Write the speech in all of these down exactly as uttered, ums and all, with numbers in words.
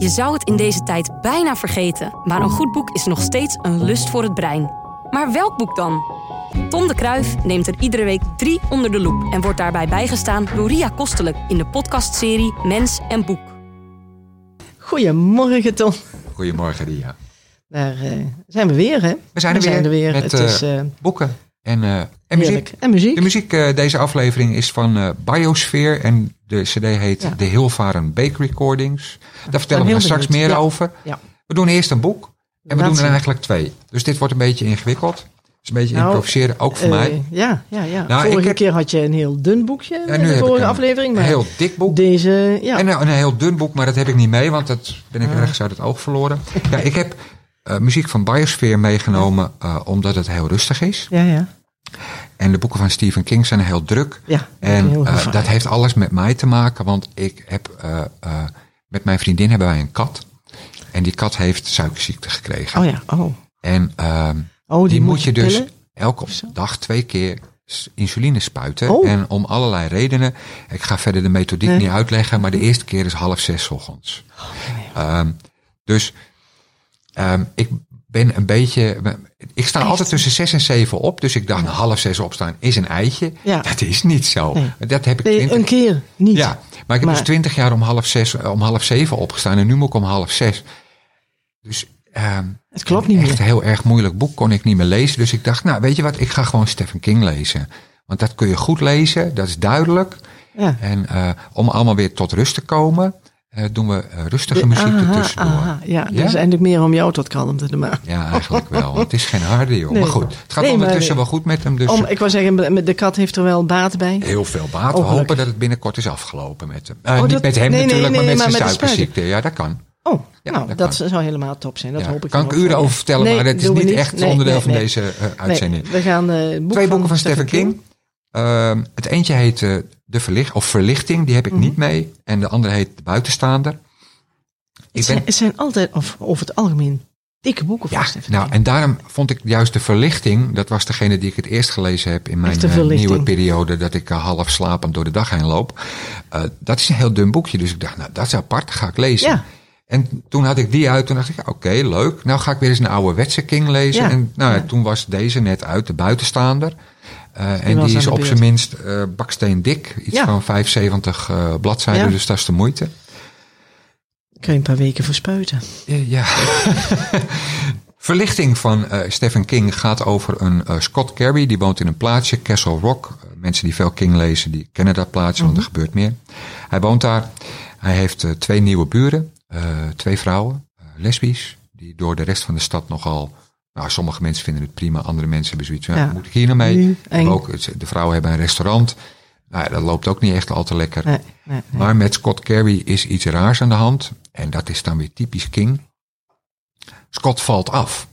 Je zou het in deze tijd bijna vergeten, maar een goed boek is nog steeds een lust voor het brein. Maar welk boek dan? Tom de Kruijf neemt er iedere week drie onder de loep en wordt daarbij bijgestaan door Ria Kostelijk in de podcastserie Mens en Boek. Goedemorgen, Tom. Goedemorgen, Ria. Daar uh, zijn we weer, hè? We zijn er, we weer, zijn er weer met het is, uh, boeken en, uh, en muziek. En muziek. De muziek, uh, deze aflevering is van uh, Biosphere en de cd heet ja. De Hilvaren Bake Recordings. Daar vertellen we er straks meer ja. over. Ja. We doen eerst een boek en we Dat doen er eigenlijk twee. Dus dit wordt een beetje ingewikkeld. Het is een beetje nou, improviseren, ook voor uh, mij. Ja, ja, ja. Nou, Vorige heb, keer had je een heel dun boekje ja, in nu de vorige een, aflevering. Maar een heel dik boek. Deze, ja. En een, een heel dun boek, maar dat heb ik niet mee, want dat ben ik ah. ergens uit het oog verloren. Ja, ik heb uh, muziek van Biosphere meegenomen, uh, omdat het heel rustig is. Ja, ja. En de boeken van Stephen King zijn heel druk. Ja, en uh, dat heeft alles met mij te maken, want ik heb uh, uh, met mijn vriendin hebben wij een kat. En die kat heeft suikerziekte gekregen. Oh ja, oh. En uh, oh, die, die moet moet je dus pillen? elke dag twee keer insuline spuiten. Oh. En om allerlei redenen. Ik ga verder de methodiek nee. niet uitleggen, maar de eerste keer is half zes ochtends. Oh, um, dus um, ik ben een beetje. Ik sta Echt? altijd tussen zes en zeven op. Dus ik dacht, ja. half zes opstaan is een eitje. Ja. Dat is niet zo. Nee. Dat heb ik nee, twintig, een keer niet. Ja, maar ik heb maar, dus twintig jaar om half zes, om half zeven opgestaan. En nu moet ik om half zes. Dus um, het klopt niet echt meer. Echt een heel erg moeilijk boek kon ik niet meer lezen. Dus ik dacht, nou weet je wat, ik ga gewoon Stephen King lezen. Want dat kun je goed lezen, dat is duidelijk. Ja. En uh, om allemaal weer tot rust te komen, uh, doen we uh, rustige de, muziek aha, ertussendoor. Aha, ja, ja, dat is eigenlijk meer om jou tot kalmte te maken. Ja, eigenlijk wel. Het is geen harde jongen. Nee. Maar goed, het gaat nee, ondertussen wel goed met hem. Dus om, ik wou zeggen, de kat heeft er wel baat bij. Heel veel baat. Oh, we hopen gelukkig. dat het binnenkort is afgelopen met hem. Uh, oh, niet dat, met hem nee, natuurlijk, nee, nee, maar met maar zijn suikerziekte. Ja, dat kan. Oh, ja, nou, dat, dat zou helemaal top zijn. Dat ja, hoop ik. Kan ik uren over vertellen, nee, maar dat is niet, niet echt nee, onderdeel nee, van nee. deze uh, uitzending. Nee, we gaan uh, boek Twee boeken van, van Stephen King. King. Uh, het eentje heet uh, De Verlicht, of Verlichting, die heb ik mm-hmm. niet mee. En de andere heet De Buitenstaander. Ik het, zijn, ben, het zijn altijd, of over het algemeen, dikke boeken van ja, Stephen nou, King. En daarom vond ik juist De Verlichting, dat was degene die ik het eerst gelezen heb in mijn uh, nieuwe periode, dat ik uh, half slapend door de dag heen loop. Uh, dat is een heel dun boekje, dus ik dacht, nou, dat is apart, dat ga ik lezen. Ja. En toen had ik die uit, toen dacht ik, oké, okay, leuk. Nou ga ik weer eens een ouderwetse King lezen. Ja, en nou, ja. toen was deze net uit, De Buitenstaander. Uh, die en die is op zijn minst uh, baksteen dik. Iets ja. van vijfenzeventig uh, bladzijden, ja. dus dat is de moeite. Kun je een paar weken verspuiten. Ja. ja. Verlichting van uh, Stephen King gaat over een uh, Scott Carey. Die woont in een plaatsje, Castle Rock. Uh, mensen die veel King lezen, die kennen dat plaatsje, mm-hmm. want er gebeurt meer. Hij woont daar. Hij heeft uh, twee nieuwe buren. Uh, twee vrouwen, uh, lesbisch, die door de rest van de stad nogal. Nou, sommige mensen vinden het prima, andere mensen hebben zoiets van, ja. moet ik hier nou mee? Mm, ook, de vrouwen hebben een restaurant. Nou, dat loopt ook niet echt al te lekker. Nee, nee, nee. Maar met Scott Carey is iets raars aan de hand. En dat is dan weer typisch King. Scott valt af.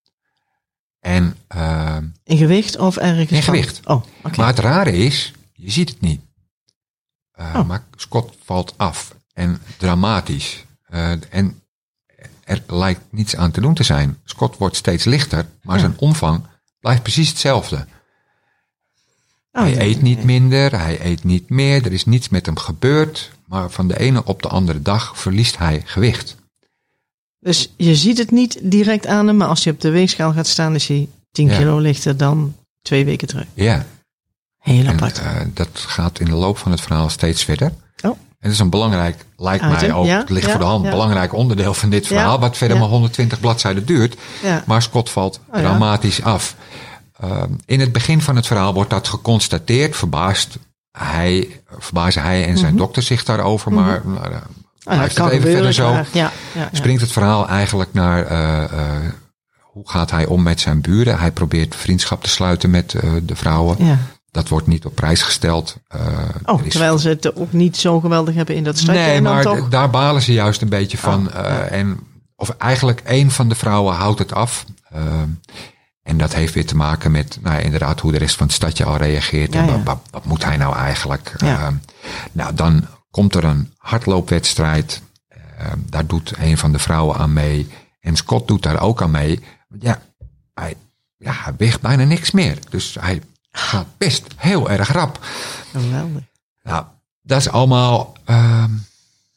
En, uh, in gewicht of ergens? In gewicht. Oh, okay. Maar het rare is, je ziet het niet. Uh, oh. Maar Scott valt af. En dramatisch. Uh, en er lijkt niets aan te doen te zijn. Scott wordt steeds lichter, maar ja. zijn omvang blijft precies hetzelfde. Oh, hij nee, eet niet nee. minder, hij eet niet meer, er is niets met hem gebeurd, maar van de ene op de andere dag verliest hij gewicht. Dus je ziet het niet direct aan hem, maar als je op de weegschaal gaat staan, is hij tien ja. kilo lichter dan twee weken terug. Ja. Heel apart. En, uh, dat gaat in de loop van het verhaal steeds verder. Oh. En het is een belangrijk, lijkt Item, mij ook, ja, het ligt ja, voor de hand, ja. belangrijk onderdeel van dit verhaal, ja, wat verder ja. maar honderdtwintig bladzijden duurt. Ja. Maar Scott valt oh, dramatisch ja. af. Uh, in het begin van het verhaal wordt dat geconstateerd, verbaast hij, verbazen hij en zijn mm-hmm. dokter zich daarover, mm-hmm. maar nou, uh, blijft het even verder zo. Ja, ja, ja. Springt het verhaal eigenlijk naar uh, uh, hoe gaat hij om met zijn buren. Hij probeert vriendschap te sluiten met uh, de vrouwen. Ja. Dat wordt niet op prijs gesteld. Uh, oh, is... terwijl ze het ook niet zo geweldig hebben in dat stadje. Nee, en dan maar toch... d- daar balen ze juist een beetje van. Oh, uh, ja. en, of eigenlijk één van de vrouwen houdt het af. Uh, en dat heeft weer te maken met, nou ja, inderdaad, hoe de rest van het stadje al reageert. Ja, en ja. Wat, wat, wat moet hij nou eigenlijk? Ja. Uh, nou, dan komt er een hardloopwedstrijd. Uh, daar doet een van de vrouwen aan mee. En Scott doet daar ook aan mee. Ja, hij, ja, hij weegt bijna niks meer. Dus hij gaat best heel erg rap. Geweldig. Nou, dat is allemaal uh,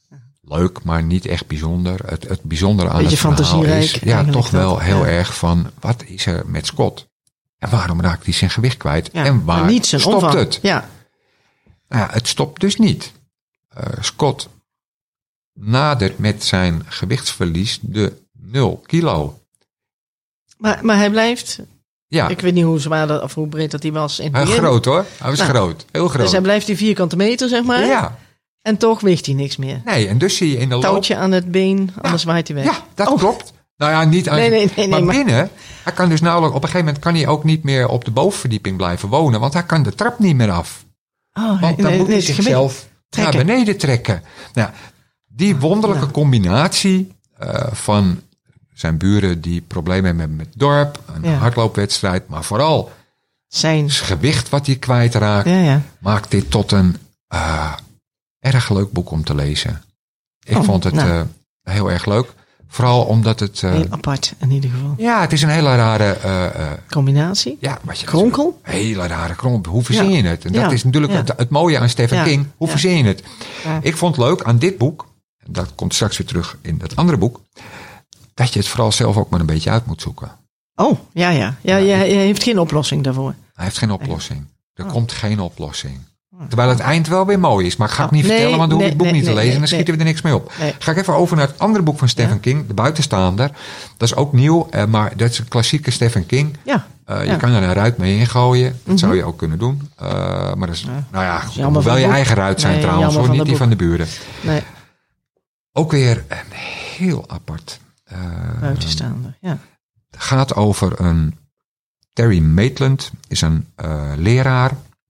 leuk, maar niet echt bijzonder. Het, het bijzondere aan Beetje het verhaal fantasierijk is... Ja, toch wel dat, heel ja. erg van... Wat is er met Scott? En waarom raakt hij zijn gewicht kwijt? Ja, en waar maar niet zijn stopt omvang. het? Ja. Nou ja, het stopt dus niet. Uh, Scott nadert met zijn gewichtsverlies de nul kilo. Maar, maar hij blijft... Ja. Ik weet niet hoe zwaar dat, of hoe breed dat hij was in het Heel begin. groot hoor. Hij was Nou, groot. Heel groot. Dus hij blijft die vierkante meter, zeg maar. Ja. En toch weegt hij niks meer. Nee, en dus zie je in de loop... Touwtje aan het been, anders Ja. waait hij weg. Ja, dat Oh. klopt. Nou ja, niet aan... Nee, nee, nee, maar, nee, maar- binnen, hij kan dus nauwelijks... Op een gegeven moment kan hij ook niet meer op de bovenverdieping blijven wonen. Want hij kan de trap niet meer af. Oh, Want dan nee, moet nee, hij het zichzelf trekken. naar beneden trekken. Nou, die wonderlijke Ja. combinatie uh, van zijn buren die problemen hebben met het dorp, een Ja. hardloopwedstrijd, maar vooral Zijn. zijn gewicht wat hij kwijtraakt, Ja, ja. maakt dit tot een uh, erg leuk boek om te lezen. Ik Oh, vond het nou. uh, heel erg leuk. Vooral omdat het... Uh, Heel apart in ieder geval. ja, het is een hele rare... Uh, uh, Combinatie. ja, wat je Kronkel. Een hele rare kronkel. Hoe verzin Ja. je het? En dat Ja. is natuurlijk Ja. het, het mooie aan Stephen Ja. King. Hoe Ja. verzin je het? Ja. Ik vond het leuk aan dit boek, en dat komt straks weer terug in dat andere boek, dat je het vooral zelf ook maar een beetje uit moet zoeken. Oh, ja, ja. Ja, je, je heeft geen oplossing daarvoor. Hij heeft geen oplossing. Er Oh. komt geen oplossing. Terwijl het eind wel weer mooi is. Maar ik ga het niet Nee, vertellen, want dan hoef nee, ik het boek nee, niet te nee, lezen. En dan nee, schieten we er niks mee op. Nee. Ga ik even over naar het andere boek van Stephen Ja. King, De Buitenstaander. Dat is ook nieuw, eh, maar dat is een klassieke Stephen King. Ja. Uh, je Ja. kan er een ruit mee ingooien. Dat Mhm. zou je ook kunnen doen. Uh, maar dat is, Ja. nou ja, Jammer moet wel van je het boek. eigen ruit zijn Nee, trouwens, jammer hoor. van Niet het die van boek. de buren. Nee, Ook weer een heel apart. Uh, buitenstaander. Ja. Het gaat over een... Terry Maitland is een uh, leraar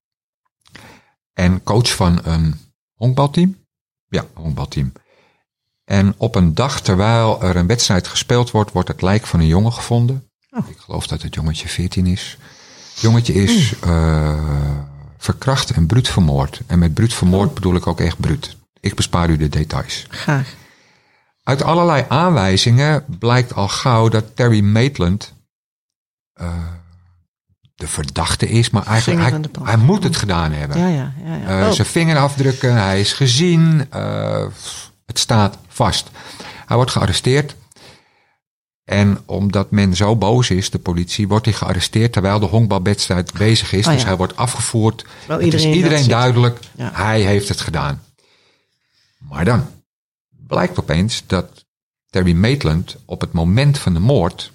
en coach van een honkbalteam. Ja, honkbalteam. En op een dag, terwijl er een wedstrijd gespeeld wordt, wordt het lijk van een jongen gevonden. Oh. Ik geloof dat het jongetje veertien is. Het jongetje is uh, verkracht en bruut vermoord. En met bruut vermoord Oh. bedoel ik ook echt bruut. Ik bespaar u de details. Graag. Uit allerlei aanwijzingen blijkt al gauw dat Terry Maitland uh, de verdachte is, maar eigenlijk Vinger hij, aan de pap. hij moet het gedaan hebben. Ja, ja, ja. ja. Uh, Oh. Zijn vingerafdrukken, hij is gezien, uh, het staat vast. Hij wordt gearresteerd. En omdat men zo boos is, de politie, wordt hij gearresteerd terwijl de honkbalwedstrijd bezig is. Oh, Dus ja. hij wordt afgevoerd. Wel Het is iedereen iedereen dat ziet. duidelijk, Ja. hij heeft het gedaan. Maar dan blijkt opeens dat Terry Maitland op het moment van de moord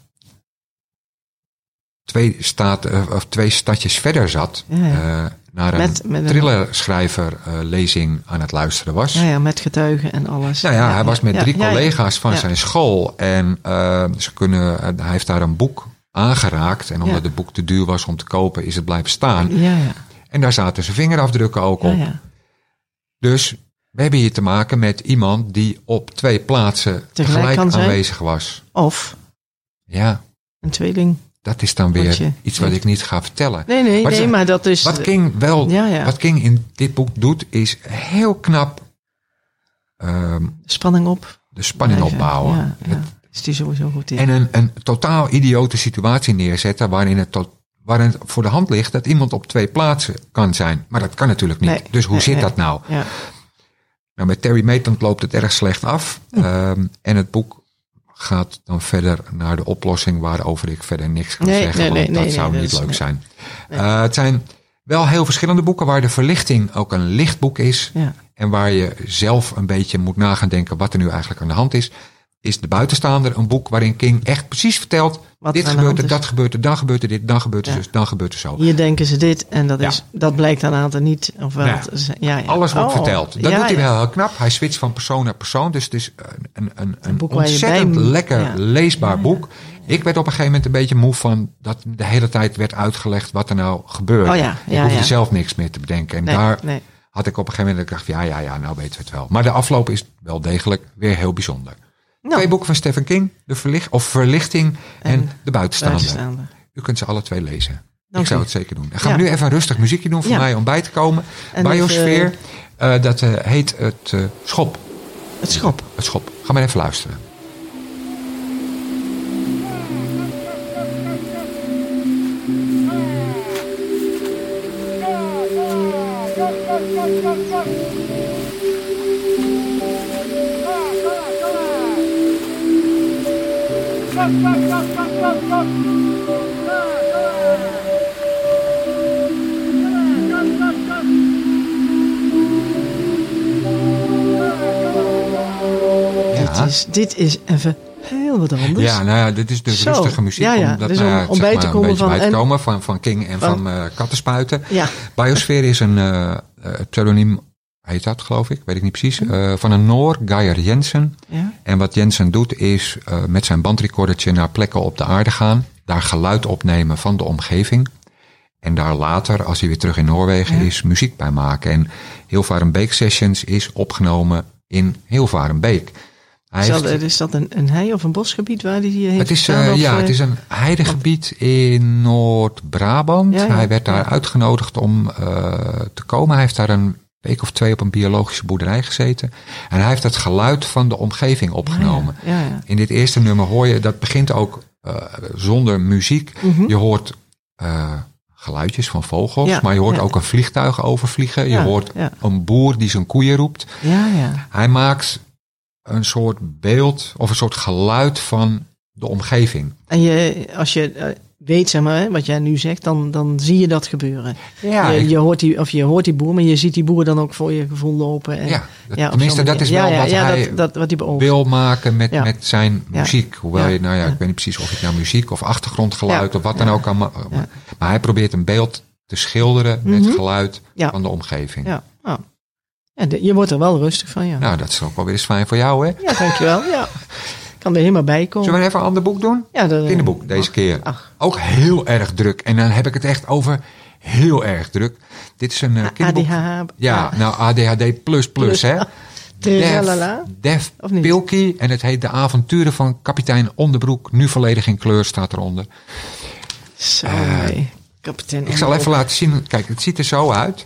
twee, staat, uh, of twee stadjes verder zat. Ja, ja. Uh, naar een Met- met een- thrillerschrijver uh, lezing aan het luisteren was. Ja, ja, met getuigen en alles. Nou ja, hij was met ja, drie ja, ja. collega's van Ja. zijn school. En uh, ze kunnen, uh, hij heeft daar een boek aangeraakt. En omdat Ja. het boek te duur was om te kopen, is het blijven staan. Ja, ja. En daar zaten zijn vingerafdrukken ook Ja, op. ja. Dus we hebben hier te maken met iemand die op twee plaatsen tegelijk kan zijn. aanwezig was. Of Ja, een tweeling. dat is dan weer Potje. iets wat ik niet ga vertellen. Nee, nee, Maar nee, ze- maar dat is... Wat King wel, Ja, ja. wat King in dit boek doet, is heel knap ehm, Spanning op. de spanning blijven. opbouwen. Ja, ja. Het- Is die sowieso goed in. En een, een totaal idiote situatie neerzetten waarin het, tot, waarin het voor de hand ligt dat iemand op twee plaatsen kan zijn. Maar dat kan natuurlijk niet. Nee, dus hoe nee, zit nee. dat nou? Ja. Nou, met Terry Maitland loopt het erg slecht af. Ehm, en het boek gaat dan verder naar de oplossing waarover ik verder niks kan Nee, zeggen. nee, want nee, dat nee, zou nee, niet dat is- leuk nee. zijn. Uh, het zijn wel heel verschillende boeken waar de verlichting ook een lichtboek is. Ja. En waar je zelf een beetje moet na gaan denken wat er nu eigenlijk aan de hand is. Is De Buitenstaander een boek waarin King echt precies vertelt. Wat dit er aan de gebeurt er, hand is. dat gebeurt er, dan gebeurt er dit, dan gebeurt er Ja. dus, dan gebeurt er zo. Hier denken ze dit en dat, is, Ja. dat blijkt dan later niet. Of wel, Ja. het is- ja, ja. Alles wordt Oh, verteld. Dat ja, doet hij ja. wel heel knap. Hij switcht van persoon naar persoon. Dus het is een, een, een boek waar je ontzettend bij- lekker ja. leesbaar Ja, ja. boek. Ik werd op een gegeven moment een beetje moe van dat de hele tijd werd uitgelegd wat er nou gebeurde. Oh ja, ik ja, hoefde ja. zelf niks meer te bedenken. En Nee, daar nee. had ik op een gegeven moment gedacht, ja, ja, ja, nou weten we het wel. Maar de afloop is wel degelijk weer heel bijzonder. Nou, Twee boeken van Stephen King, de verlicht, of Verlichting en, En De Buitenstaander. buitenstaander. U kunt ze alle twee lezen. Dank ik zou u. het zeker doen. Dan gaan Ja. we nu even een rustig muziekje doen voor Ja. mij om bij te komen. En Biosfeer, even- uh, dat uh, heet het uh, Schop. Het schop. Het Schop. Ga maar even luisteren. Ah! Dit is, dit is even heel wat anders. Ja, nou ja, dit is dus Zo. rustige muziek. Ja, ja. Om, dat, Dus nou ja, om- om zeg bij maar te een komen beetje van- bij te en- komen van, van King en Van- van uh, kattenspuiten. Ja. Biosfeer is een uh, uh, pseudoniem, heet dat geloof ik, weet ik niet precies, uh, van een Noor, Geir Jensen. Ja. En wat Jensen doet is uh, met zijn bandrecordertje naar plekken op de aarde gaan, daar geluid opnemen van de omgeving. En daar later, als hij weer terug in Noorwegen Ja. is, muziek bij maken. En Hilvarenbeek Sessions is opgenomen in Hilvarenbeek. Hij Is dat, heeft- is dat een, een hei- of een bosgebied waar die heeft het is, gestaan, uh, of, ja, eh, het is een heidegebied in Noord-Brabant. Ja, ja, Hij werd daar ja. uitgenodigd om uh, te komen. Hij heeft daar een week of twee op een biologische boerderij gezeten. En hij heeft het geluid van de omgeving opgenomen. Ja, ja, ja. In dit eerste nummer hoor je, dat begint ook uh, zonder muziek. Mhm. Je hoort uh, geluidjes van vogels, Ja, maar je hoort ja. ook een vliegtuig overvliegen. Je Ja, hoort ja. een boer die zijn koeien roept. Ja, ja. Hij maakt een soort beeld of een soort geluid van de omgeving. En je, als je eh, weet, zeg maar, hè, wat jij nu zegt, dan, dan zie je dat gebeuren. Ja, je, ik- je, hoort die, of je hoort die boer, maar je ziet die boer dan ook voor je gevoel lopen. En, Ja, dat- op tenminste, zo'n dat manier. is wel ja, ja, wat ja, hij dat, dat, wat hij beoogt. wil maken met, Ja. met zijn Ja. muziek. Hoewel Ja. je, nou ja, Ja. ik weet niet precies of je het nou muziek of achtergrondgeluid Ja. of wat dan Ja. ook kan. ma- Ja. Maar hij probeert een beeld te schilderen met Mhm. geluid Ja. van de omgeving. Ja, oh. ja de- je wordt er wel rustig van, ja. Nou, dat is ook wel weer eens fijn voor jou, hè? Ja, dankjewel. Ja. Ik kan er helemaal bij komen. Zullen we even een ander boek doen? Ja, dat, Kinderboek, deze ach, keer. Ach, Ook heel erg druk. En dan heb ik het echt over heel erg druk. Dit is een uh, A kinderboek. D H. Ja, nou A D H D plus plus, Plus, hè? Tralala. Def Of niet? Pilkey. En het heet De avonturen van kapitein Onderbroek. Nu volledig in kleur staat eronder. Zo, Eh, nee. Kapitein. Ik zal even laten zien. Kijk, het ziet er zo uit.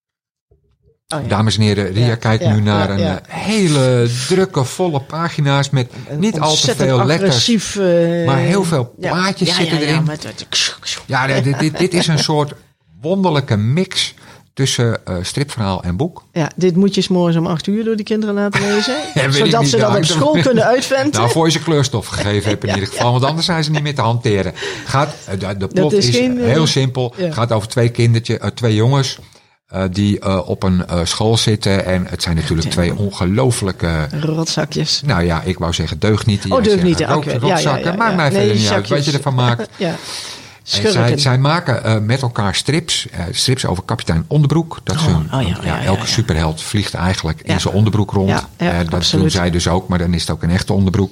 Oh, ja. Dames en heren, Ria Ja, kijkt ja, nu naar ja, een ja. eh, hele drukke, volle pagina's met Een niet al te ontzettend veel letters. agressief, eh, maar heel veel ja. plaatjes ja, zitten ja, ja, erin. met- met- Ja, dit, dit, dit is een soort wonderlijke mix tussen uh, stripverhaal en boek. Ja, dit moet je 's morgens om acht uur door die kinderen laten lezen. Ja, weet ik zodat niet, ze dat daar op hangt school er- kunnen uitventen. Nou, voor je ze kleurstof gegeven hebt in Ja, ieder geval. Want anders zijn ze niet meer te hanteren. Gaat, uh, de de plot is is, geen, uh, heel simpel. ja. gaat over twee kindertjes, uh, twee jongens. Uh, die uh, op een uh, school zitten. En het zijn natuurlijk twee ongelooflijke... Rotzakjes. Nou ja, ik wou zeggen deugnieten. Oh, Jij deugnieten, zegt, rood- oké. Ja, ja, rotzakken. ja, Maakt ja. mij Nee, verder niet uit zakjes. wat je ervan maakt. Ja. En Schurken. zij, zij maken uh, met elkaar strips. Uh, strips over kapitein Onderbroek. Dat is Oh, een, oh ja, ja, ja, ja, elke ja. superheld vliegt eigenlijk Ja. in zijn onderbroek rond. Ja, ja, Uh, dat absoluut. doen zij dus ook, maar dan is het ook een echte onderbroek.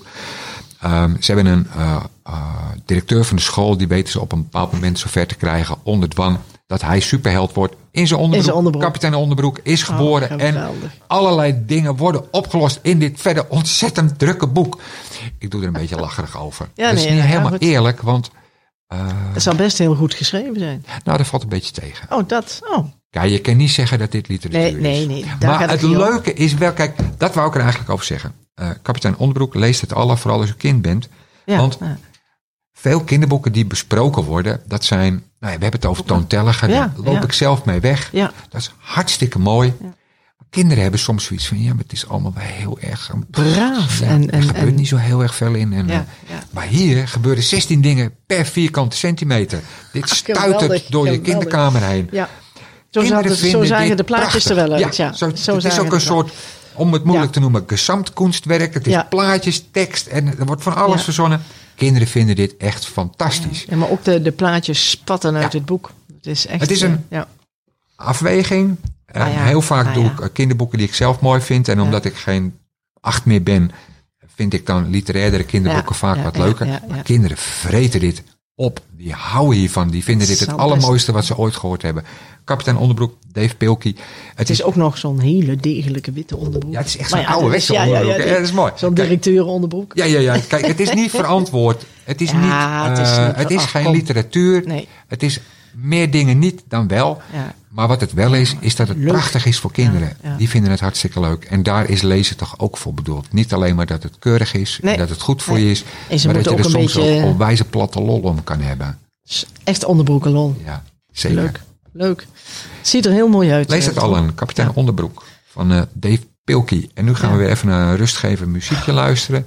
Um, ze hebben een uh, uh, directeur van de school. Die weten ze op een bepaald moment zover te krijgen onder dwang. Dat hij superheld wordt in zijn onderbroek. zijn onderbroek. Kapitein Onderbroek is geboren. Oh, en geweldig. allerlei dingen worden opgelost in dit verder ontzettend drukke boek. Ik doe er een beetje lacherig over. Ja, dat is nee, niet ja, helemaal goed. eerlijk, want uh, Het zal best heel goed geschreven zijn. nou, dat valt een beetje tegen. Oh, dat. Oh. Kijk, je kan niet zeggen dat dit literatuur Nee, is. nee, nee. Daar Maar gaat het niet om. leuke is wel, kijk, dat wou ik er eigenlijk over zeggen. Uh, kapitein Onderbroek leest het alle, vooral als je kind bent. Ja, Want ja. veel kinderboeken die besproken worden, dat zijn, nou ja, we hebben het over Toon Telliger, Ja, daar loop ja. ik zelf mee weg. Ja. Dat is hartstikke mooi. Ja. Kinderen hebben soms zoiets van, ja, maar het is allemaal wel heel erg... Braaf. Ja, en, er en, gebeurt en, niet zo heel erg veel in. En, Ja, eh, ja. Maar hier gebeuren zestien dingen per vierkante centimeter. Dit stuitert geweldig, door je geweldig. kinderkamer heen. Ja. Zo, Kinderen zaten, zo vinden zagen dit de plaatjes prachtig. er wel uit. Ja, Ja, zo, zo het is zagen ook de een soort, om het moeilijk Ja. te noemen, gezamtkunstwerk. Het is Ja. plaatjes, tekst en er wordt van alles Ja. verzonnen. Kinderen vinden dit echt fantastisch. Ja, maar ook de, de plaatjes spatten uit Ja. het boek. Het is echt. Het is eh, een- ja. Afweging. En Ah ja, heel vaak ah doe ja. ik uh, kinderboeken die ik zelf mooi vind. En omdat ik geen acht meer ben, vind ik dan literaire kinderboeken Ja, vaak ja, wat ja, leuker. ja, ja. Maar kinderen vreten dit op. Die houden hiervan. Die vinden dit Het het zal best- allermooiste wat ze ooit gehoord hebben. Kapitein Onderbroek, Dave Pilkey. Het, Het is ook nog zo'n hele degelijke witte onderbroek. ja, het is echt Maar zo'n ja, ouderwetse dat is- ja, ja, onderbroek. ja, Ja, dat is mooi. Zo'n Kijk, directeur onderbroek. Ja, ja, ja. Kijk, het is niet verantwoord. Het is Ja, niet, het is uh, niet- het is ach, geen kom. literatuur. Nee. Het is meer dingen niet dan wel. Ja. Maar wat het wel is, is dat het Leuk. prachtig is voor kinderen. Ja, ja. Die vinden het hartstikke leuk. En daar is lezen toch ook voor bedoeld. Niet alleen maar dat het keurig is. Nee. En dat het goed voor Nee. je is. En ze maar dat je moeten er ook een soms beetje- ook onwijze platte lol om kan hebben. Echt onderbroekenlol. Ja, zeker. Leuk. Leuk. Het ziet er heel mooi uit. Lees het eh, al Tom. een kapitein Ja. Onderbroek van uh, Dave Pilkey. En nu gaan Ja. we weer even naar een rustgevend muziekje luisteren.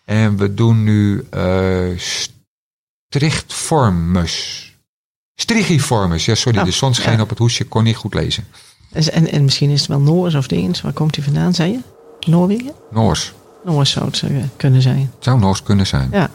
En we doen nu uh, strichtformus. Strigiformus. Ja, sorry, oh, de zon scheen ja. op het hoesje. Ik kon niet goed lezen. En, en misschien is het wel Noors of Deens. Waar komt hij vandaan, zei je? Noorwegen? Noors. Noors zou het uh, kunnen zijn. Het zou Noors kunnen zijn. Ja.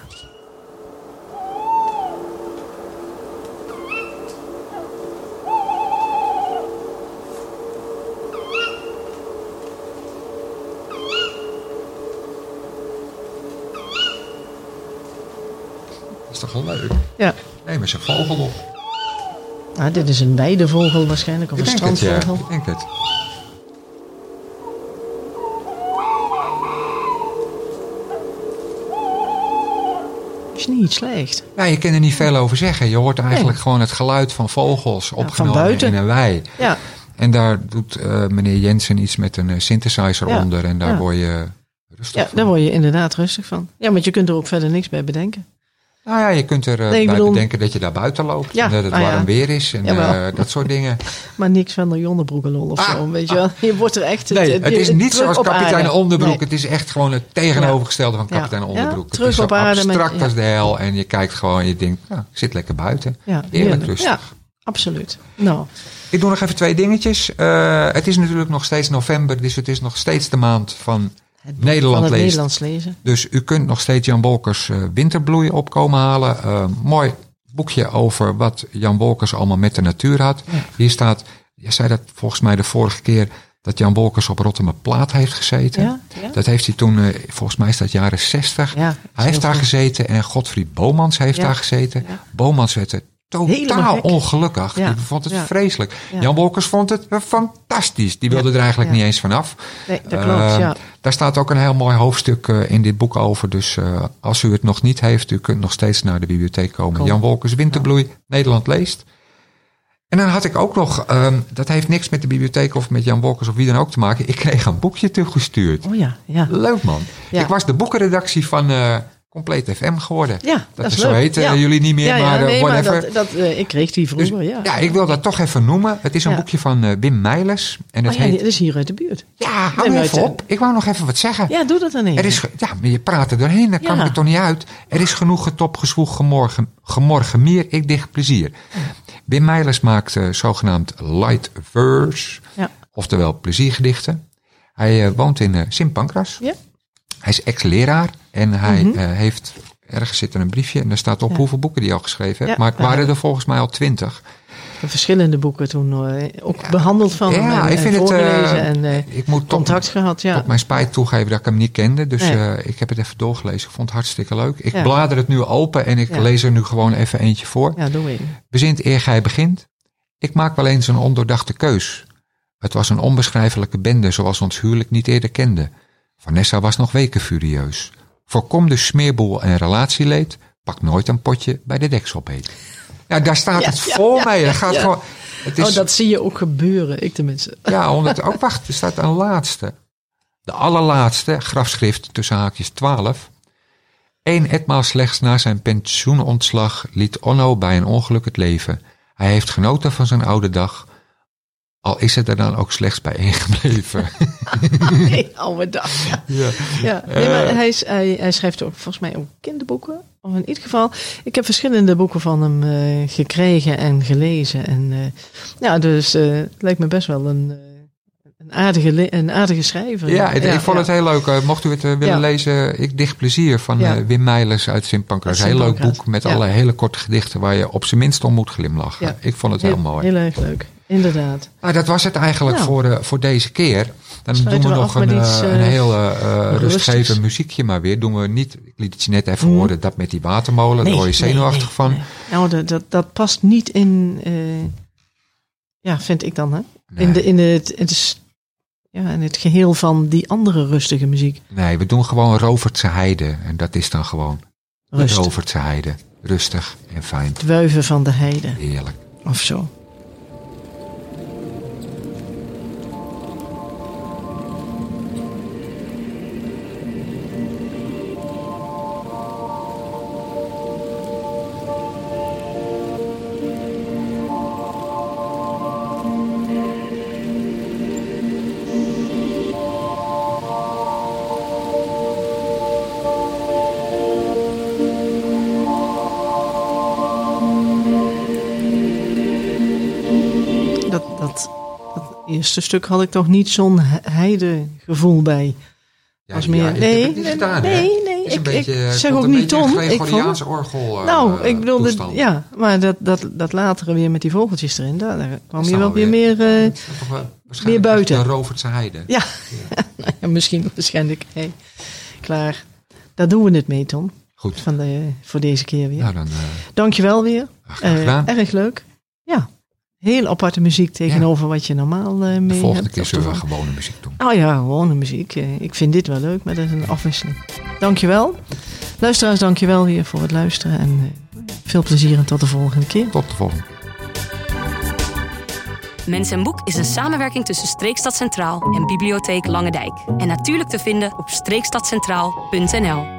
Dat is toch wel leuk? Ja. Neem eens een vogel op. Ah, dit is een weidevogel waarschijnlijk, of Ik een denk het, strandvogel. ja. Ik denk het. Is niet slecht. Ja, je kan er niet veel over zeggen. Je hoort eigenlijk nee. gewoon het geluid van vogels opgenomen van buiten. in een wei. Ja. En daar doet uh, meneer Jensen iets met een uh, synthesizer ja. onder. En daar ja. word je rustig ja, van. Daar word je inderdaad rustig van. Ja, want je kunt er ook verder niks bij bedenken. Nou ja, je kunt er uh, nee, bij bedoel... bedenken dat je daar buiten loopt. Ja. En dat het ah, warm ja. weer is. En uh, dat soort dingen. Maar niks van de Jonnebroekelol of ah, zo. Weet je wel. Je wordt er echt... Nee, het, het is niet zoals kapitein Onderbroek. Nee. Het is echt gewoon het tegenovergestelde van kapitein ja. Onderbroek. Ja, terug het is op aarde. abstract met, als ja. de hel. En je kijkt gewoon en je denkt, nou, ik zit lekker buiten. Ja, Eerlijk rustig. Ja, absoluut. Nou... Ik doe nog even twee dingetjes. Uh, het is natuurlijk nog steeds november, dus het is nog steeds de maand van Nederland van het leest. Nederlands lezen. Dus u kunt nog steeds Jan Wolkers uh, Winterbloei opkomen halen. Uh, mooi boekje over wat Jan Wolkers allemaal met de natuur had. Ja. Hier staat, je zei dat volgens mij de vorige keer, dat Jan Wolkers op Rottumerplaat heeft gezeten. Ja, ja. Dat heeft hij toen, uh, volgens mij is dat jaren zestig. Ja, hij heeft daar goed. gezeten en Godfried Bomans heeft ja. daar gezeten. Ja. Bomans werd er totaal ongelukkig. Ja. Die vond het ja. vreselijk. Ja. Jan Wolkers vond het fantastisch. Die wilde ja. er eigenlijk ja. niet eens vanaf. Nee, dat klopt, uh, ja. Daar staat ook een heel mooi hoofdstuk uh, in dit boek over. Dus uh, als u het nog niet heeft, u kunt nog steeds naar de bibliotheek komen. Kom. Jan Wolkers Winterbloei, ja. Nederland leest. En dan had ik ook nog, um, dat heeft niks met de bibliotheek of met Jan Wolkers of wie dan ook te maken. Ik kreeg een boekje toegestuurd. Oh ja, ja. Leuk man. Ja. Ik was de boekenredactie van... Uh, Compleet F M geworden. Ja, dat, dat is is leuk. Zo heten ja. jullie niet meer, ja, ja, maar nee, whatever. Maar dat, dat, uh, ik kreeg die vroeger, dus, ja. Ja, ik wil dat toch even noemen. Het is een ja. boekje van uh, Wim Meilers. En het oh, ja, heet... dat is hier uit de buurt. Ja, hou nee, even op. Ik wou nog even wat zeggen. Ja, doe dat dan even. Er is ge... Ja, maar je praat er doorheen, dan ja. kan ik het toch niet uit. Er is genoeg getop, gezwoeg, gemorgen, gemorgen meer. Ik dicht plezier. Ja. Wim Meilers maakt uh, zogenaamd light verse. Ja. Oftewel pleziergedichten. Hij uh, woont in uh, Sint Pancras. Ja. Hij is ex-leraar. En hij mm-hmm. uh, heeft... Ergens zit er een briefje en daar staat op ja. hoeveel boeken die al geschreven heeft. Ja, maar het waren er volgens mij al twintig. Verschillende boeken toen uh, ook ja. behandeld van hem. Ja, en, ik vind en het... Uh, en uh, ik moet contact tot, gehad, ja. tot mijn spijt toegeven dat ik hem niet kende. Dus nee. uh, ik heb het even doorgelezen. Ik vond het hartstikke leuk. Ik ja. blader het nu open en ik ja. lees er nu gewoon even eentje voor. Ja, doe ik. Bezint eer gij begint. Ik maak wel eens een ondoordachte keus. Het was een onbeschrijfelijke bende zoals ons huwelijk niet eerder kende. Vanessa was nog weken furieus. Voorkom dus smeerboel en relatieleed. Pak nooit een potje bij de dekselbeet. Ja, daar staat ja, het ja, vol ja, mee. Dat gaat ja. gewoon, het is, oh, dat zie je ook gebeuren, ik tenminste. Ja, omdat, ook wacht, er staat een laatste. De allerlaatste, grafschrift tussen haakjes twaalf. Eén etmaal slechts na zijn pensioenontslag liet Onno bij een ongeluk het leven. Hij heeft genoten van zijn oude dag. Al is het er dan ook slechts bij één gebleven. Nee, oude dag. Ja. Ja. Ja. Nee, maar hij, is, hij, hij schrijft ook volgens mij ook kinderboeken. Of in ieder geval, ik heb verschillende boeken van hem uh, gekregen en gelezen. En uh, ja, dus uh, het lijkt me best wel een, uh, een, aardige, een aardige schrijver. Ja, ik, ja, ik vond ja. het heel leuk. Uh, mocht u het uh, willen ja. lezen, Ik dicht plezier van ja. uh, Wim Meilers uit Sint Pancras. Een heel leuk boek met ja. allerlei hele korte gedichten waar je op zijn minst om moet glimlachen. Ja. Ik vond het heel, heel mooi. Heel erg leuk. Inderdaad. Nou, dat was het eigenlijk nou. voor, uh, voor deze keer. Dan Sluiten doen we, we nog een, iets, uh, een heel uh, rustgevend muziekje maar weer. Doen we niet, ik liet het je net even mm. horen, dat met die watermolen. Nee, daar word je zenuwachtig nee, nee, van. Nee. Nou, dat, dat, dat past niet in, uh, ja, vind ik dan, hè? Nee. In, de, in, het, in, het, ja, in het geheel van die andere rustige muziek. Nee, we doen gewoon Rovertse Heide. En dat is dan gewoon Rust. Rovertse Heide. Rustig en fijn. Het wuiven van de heide. Heerlijk. Of zo. eerste stuk had ik toch niet zo'n heidegevoel bij. Ja, was ja, meer, ik nee, heb het niet nee, gedaan, nee, hè? nee, Is een ik, beetje, ik zeg komt ook een niet beetje Tom. een Ik Gregoriaans vond, orgel uh, nou, ik bedoelde, toestand. ja, maar dat, dat, dat latere weer met die vogeltjes erin, daar, daar kwam Is je dan wel weer weer- meer, uh, Dat is toch wel- waarschijnlijk meer buiten. De Rovertse Heide. Ja, nou ja, misschien waarschijnlijk. Hey, klaar. Daar doen we het mee, Tom. Goed. Van de, voor deze keer weer. Nou, dan uh, Dankjewel weer. graag Uh, gedaan. erg leuk. Ja, heel aparte muziek tegenover wat je normaal uh, mee De volgende hebt. keer zullen we Oftewel- gewone muziek doen. Oh ja, gewone muziek. Uh, Ik vind dit wel leuk, maar dat is een afwisseling. Dankjewel. Luisteraars, dankjewel weer voor het luisteren. En uh, veel plezier en tot de volgende keer. Tot de volgende. Mens en Boek is een samenwerking tussen Streekstad Centraal en Bibliotheek Langendijk. En natuurlijk te vinden op streekstadcentraal punt n l.